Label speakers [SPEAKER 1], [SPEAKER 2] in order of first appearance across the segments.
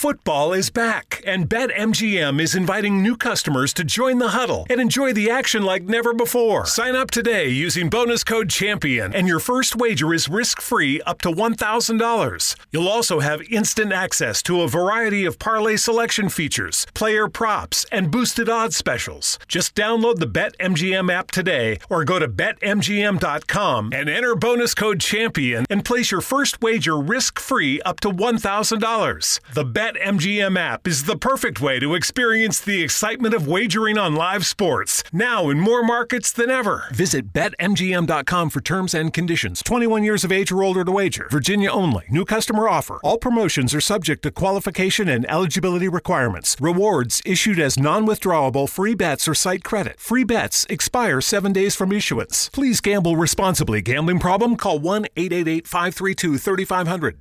[SPEAKER 1] Football is back, and BetMGM is inviting new customers to join the huddle and enjoy the action like never before. Sign up today using bonus code CHAMPION, and your first wager is risk-free up to $1,000. You'll also have instant access to a variety of parlay selection features, player props, and boosted odds specials. Just download the BetMGM app today or go to BetMGM.com and enter bonus code CHAMPION and place your first wager risk-free up to $1,000. The BetMGM app is the perfect way to experience the excitement of wagering on live sports, now in more markets than ever. Visit BetMGM.com for terms and conditions. 21 years of age or older to wager. Virginia only. New customer offer. All promotions are subject to qualification and eligibility requirements. Rewards issued as non-withdrawable free bets or site credit. Free bets expire 7 days from issuance. Please gamble responsibly. Gambling problem? Call 1-888-532-3500.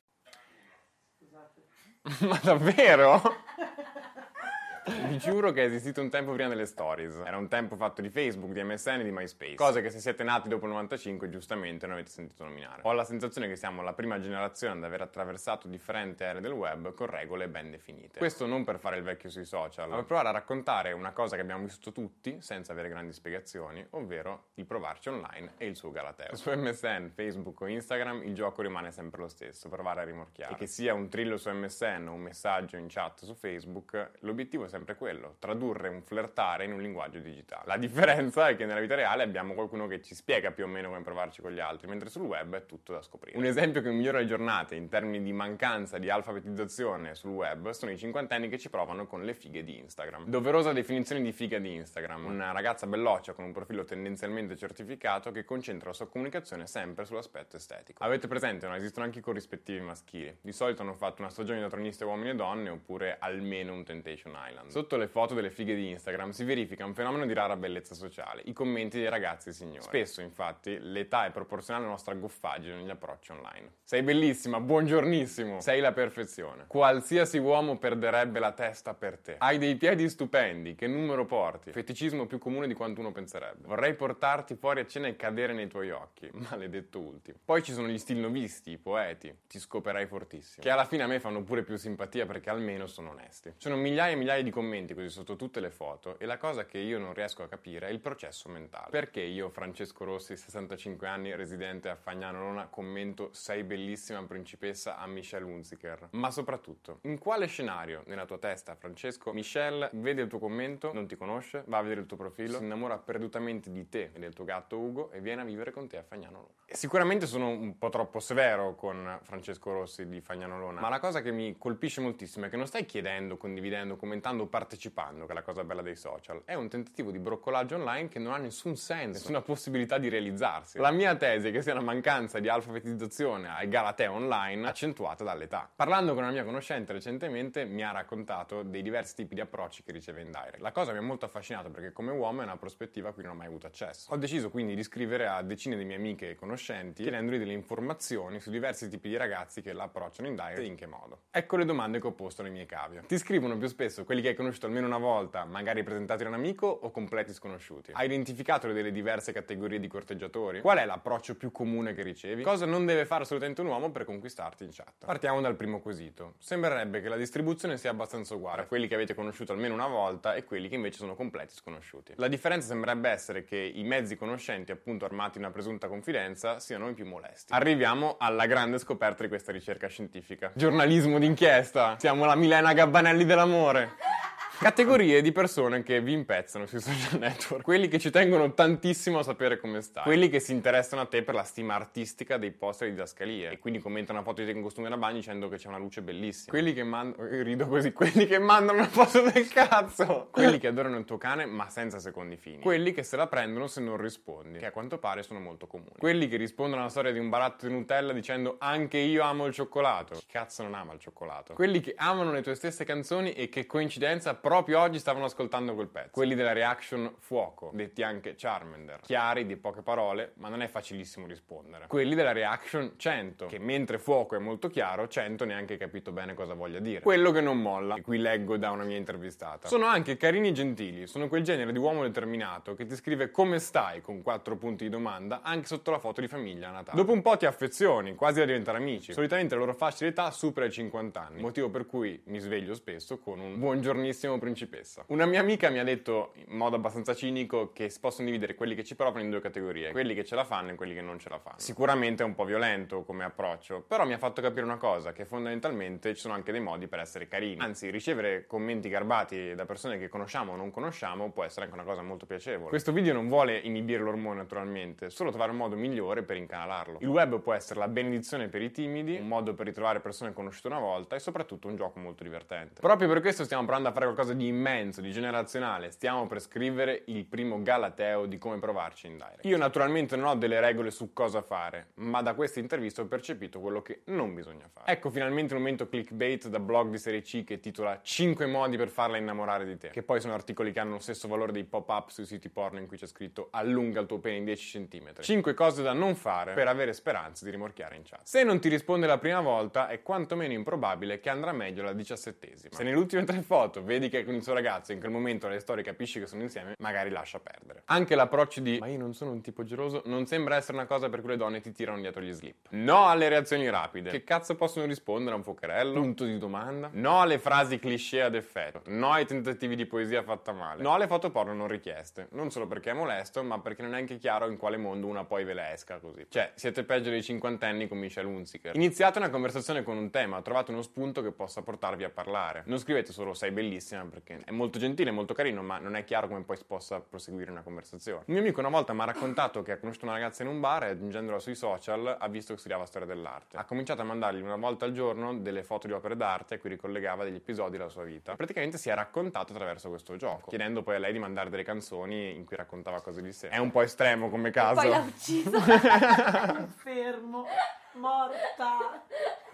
[SPEAKER 2] Ma davvero? Vi giuro che è esistito un tempo prima delle stories. Era un tempo fatto di Facebook, di MSN e di MySpace. Cose che se siete nati dopo il 95 giustamente non avete sentito nominare. Ho la sensazione che siamo la prima generazione ad aver attraversato differenti ere del web con regole ben definite. Questo non per fare il vecchio sui social, ma per provare a raccontare una cosa che abbiamo vissuto tutti senza avere grandi spiegazioni, ovvero il provarci online e il suo galateo. Su MSN, Facebook o Instagram il gioco rimane sempre lo stesso, provare a rimorchiare. E che sia un trillo su MSN o un messaggio in chat su Facebook, l'obiettivo è sempre quello, tradurre un flirtare in un linguaggio digitale. La differenza è che nella vita reale abbiamo qualcuno che ci spiega più o meno come provarci con gli altri, mentre sul web è tutto da scoprire. Un esempio che migliora le giornate in termini di mancanza di alfabetizzazione sul web sono i cinquantenni che ci provano con le fighe di Instagram. Doverosa definizione di figa di Instagram: una ragazza belloccia con un profilo tendenzialmente certificato che concentra la sua comunicazione sempre sull'aspetto estetico. Avete presente, non esistono anche i corrispettivi maschili. Di solito hanno fatto una stagione da troniste uomini e donne oppure almeno un Temptation Island. Sotto le foto delle fighe di Instagram si verifica un fenomeno di rara bellezza sociale: i commenti dei ragazzi e signori. Spesso, infatti, l'età è proporzionale alla nostra goffaggine negli approcci online. Sei bellissima, buongiornissimo, sei la perfezione. Qualsiasi uomo perderebbe la testa per te. Hai dei piedi stupendi, che numero porti? Feticismo più comune di quanto uno penserebbe. Vorrei portarti fuori a cena e cadere nei tuoi occhi. Maledetto ultimo. Poi ci sono gli stilnovisti, i poeti. Ti scoperai fortissimo. Che alla fine a me fanno pure più simpatia perché almeno sono onesti. Ci sono migliaia e migliaia di commenti così sotto tutte le foto e la cosa che io non riesco a capire è il processo mentale. Perché io, Francesco Rossi, 65 anni, residente a Fagnano Lona, commento "sei bellissima principessa" a Michelle Hunziker? Ma soprattutto, in quale scenario nella tua testa, Francesco, Michelle vede il tuo commento, non ti conosce, va a vedere il tuo profilo, si innamora perdutamente di te e del tuo gatto Ugo e viene a vivere con te a Fagnano Lona? E sicuramente sono un po' troppo severo con Francesco Rossi di Fagnano Lona, ma la cosa che mi colpisce moltissimo è che non stai chiedendo, condividendo, commentando, partecipando, che è la cosa bella dei social. È un tentativo di broccolaggio online che non ha nessun senso, nessuna possibilità di realizzarsi. La mia tesi è che sia una mancanza di alfabetizzazione ai galateo online accentuata dall'età. Parlando con una mia conoscente recentemente mi ha raccontato dei diversi tipi di approcci che riceve in direct. La cosa mi ha molto affascinato perché come uomo è una prospettiva a cui non ho mai avuto accesso. Ho deciso quindi di scrivere a decine di mie amiche e conoscenti chiedendogli delle informazioni su diversi tipi di ragazzi che la approcciano in direct e in che modo. Ecco le domande che ho posto alle mie cavie. Ti scrivono più spesso quelli che hai conosciuto almeno una volta, magari presentati da un amico, o completi sconosciuti? Hai identificato delle diverse categorie di corteggiatori? Qual è l'approccio più comune che ricevi? Cosa non deve fare assolutamente un uomo per conquistarti in chat? Partiamo dal primo quesito. Sembrerebbe che la distribuzione sia abbastanza uguale, quelli che avete conosciuto almeno una volta e quelli che invece sono completi sconosciuti. La differenza sembrerebbe essere che i mezzi conoscenti, appunto armati in una presunta confidenza, siano i più molesti. Arriviamo alla grande scoperta di questa ricerca scientifica. Giornalismo d'inchiesta! Siamo la Milena Gabbanelli dell'amore! Categorie di persone che vi impezzano sui social network. Quelli che ci tengono tantissimo a sapere come stai. Quelli che si interessano a te per la stima artistica dei poster di didascalie e quindi commentano una foto di te in costume da bagno dicendo che c'è una luce bellissima. Quelli che rido così. Quelli che mandano una foto del cazzo. Quelli che adorano il tuo cane ma senza secondi fini. Quelli che se la prendono se non rispondi, che a quanto pare sono molto comuni. Quelli che rispondono alla storia di un baratto di Nutella dicendo "anche io amo il cioccolato". Chi cazzo non ama il cioccolato? Quelli che amano le tue stesse canzoni e che coincidenza proprio oggi stavano ascoltando quel pezzo. Quelli della reaction fuoco, detti anche Charmander. Chiari, di poche parole, ma non è facilissimo rispondere. Quelli della reaction 100, che mentre fuoco è molto chiaro, 100 neanche capito bene cosa voglia dire. Quello che non molla, e qui leggo da una mia intervistata. Sono anche carini e gentili, sono quel genere di uomo determinato che ti scrive come stai con 4 punti di domanda anche sotto la foto di famiglia a Natale. Dopo un po' ti affezioni, quasi da diventare amici. Solitamente la loro fascia di età supera i 50 anni, motivo per cui mi sveglio spesso con un buongiornissimo principessa. Una mia amica mi ha detto in modo abbastanza cinico che si possono dividere quelli che ci provano in 2 categorie, quelli che ce la fanno e quelli che non ce la fanno. Sicuramente è un po' violento come approccio, però mi ha fatto capire una cosa, che fondamentalmente ci sono anche dei modi per essere carini. Anzi, ricevere commenti garbati da persone che conosciamo o non conosciamo può essere anche una cosa molto piacevole. Questo video non vuole inibire l'ormone naturalmente, solo trovare un modo migliore per incanalarlo. Il web può essere la benedizione per i timidi, un modo per ritrovare persone conosciute una volta e soprattutto un gioco molto divertente. Proprio per questo stiamo provando a fare qualcosa di immenso, di generazionale. Stiamo per scrivere il primo galateo di come provarci in direct. Io naturalmente non ho delle regole su cosa fare, ma da questa intervista ho percepito quello che non bisogna fare. Ecco finalmente un momento clickbait da blog di serie C che titola 5 modi per farla innamorare di te, che poi sono articoli che hanno lo stesso valore dei pop-up sui siti porno in cui c'è scritto allunga il tuo pene in 10 cm. 5 cose da non fare per avere speranze di rimorchiare in chat. Se non ti risponde la prima volta è quantomeno improbabile che andrà meglio la 17esima. Se nelle ultime 3 foto vedi che è con il suo ragazzo e in quel momento le storie capisci che sono insieme, magari lascia perdere. Anche l'approccio di ma io non sono un tipo geloso non sembra essere una cosa per cui le donne ti tirano dietro gli slip. No alle reazioni rapide. Che cazzo possono rispondere a un focherello? Punto di domanda. No alle frasi cliché ad effetto. No ai tentativi di poesia fatta male. No alle foto porno non richieste. Non solo perché è molesto, ma perché non è anche chiaro in quale mondo una poi ve la esca così. Cioè, siete peggio dei 50enni con Michelle Hunziker. Iniziate una conversazione con un tema, trovate uno spunto che possa portarvi a parlare. Non scrivete solo sei bellissima perché è molto gentile, molto carino, ma non è chiaro come poi si possa proseguire una conversazione. Un mio amico una volta mi ha raccontato che ha conosciuto una ragazza in un bar e aggiungendola sui social ha visto che studiava storia dell'arte. Ha cominciato a mandargli una volta al giorno delle foto di opere d'arte a cui ricollegava degli episodi della sua vita. Praticamente si è raccontato attraverso questo gioco, chiedendo poi a lei di mandare delle canzoni in cui raccontava cose di sé. È un po' estremo come caso.
[SPEAKER 3] Poi l'ha uccisa. Fermo. Morta.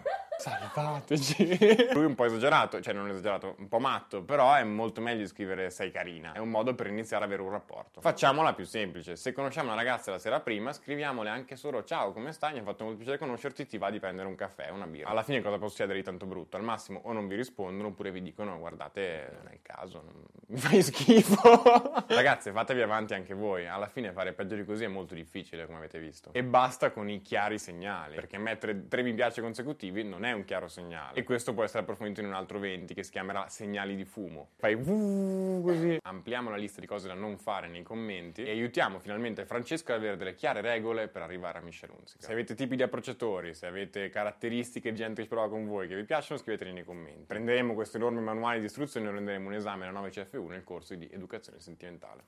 [SPEAKER 2] Salvateci. Lui è un po' esagerato, cioè non esagerato, un po' matto, però è molto meglio scrivere sei carina. È un modo per iniziare ad avere un rapporto. Facciamola più semplice. Se conosciamo una ragazza la sera prima, scriviamole anche solo ciao, come stai? Mi ha fatto molto piacere conoscerti, ti va di prendere un caffè, una birra. Alla fine cosa può succedere di tanto brutto? Al massimo o non vi rispondono oppure vi dicono guardate, non è il caso, mi fai schifo. Ragazze, fatevi avanti anche voi. Alla fine fare peggio di così è molto difficile, come avete visto. E basta con i chiari segnali, perché mettere 3 mi piace consecutivi non è un chiaro segnale. E questo può essere approfondito in un altro 20 che si chiamerà segnali di fumo. Fai così. Ampliamo la lista di cose da non fare nei commenti e aiutiamo finalmente Francesco ad avere delle chiare regole per arrivare a Michelle Hunziker. Se avete tipi di approcciatori, se avete caratteristiche di gente che prova con voi che vi piacciono, scriveteli nei commenti. Prenderemo questo enorme manuale di istruzioni e lo renderemo un esame alla 9CF1 nel corso di educazione sentimentale.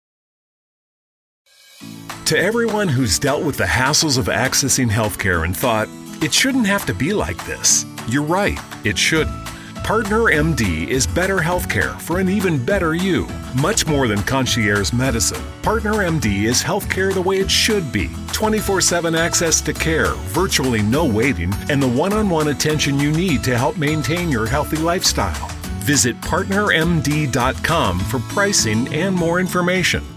[SPEAKER 1] To everyone who's dealt with the hassles of accessing healthcare and thought, it shouldn't have to be like this. You're right, it shouldn't. Partner MD is better healthcare for an even better you. Much more than concierge medicine, Partner MD is healthcare the way it should be. 24/7 access to care, virtually no waiting, and the one-on-one attention you need to help maintain your healthy lifestyle. Visit partnermd.com for pricing and more information.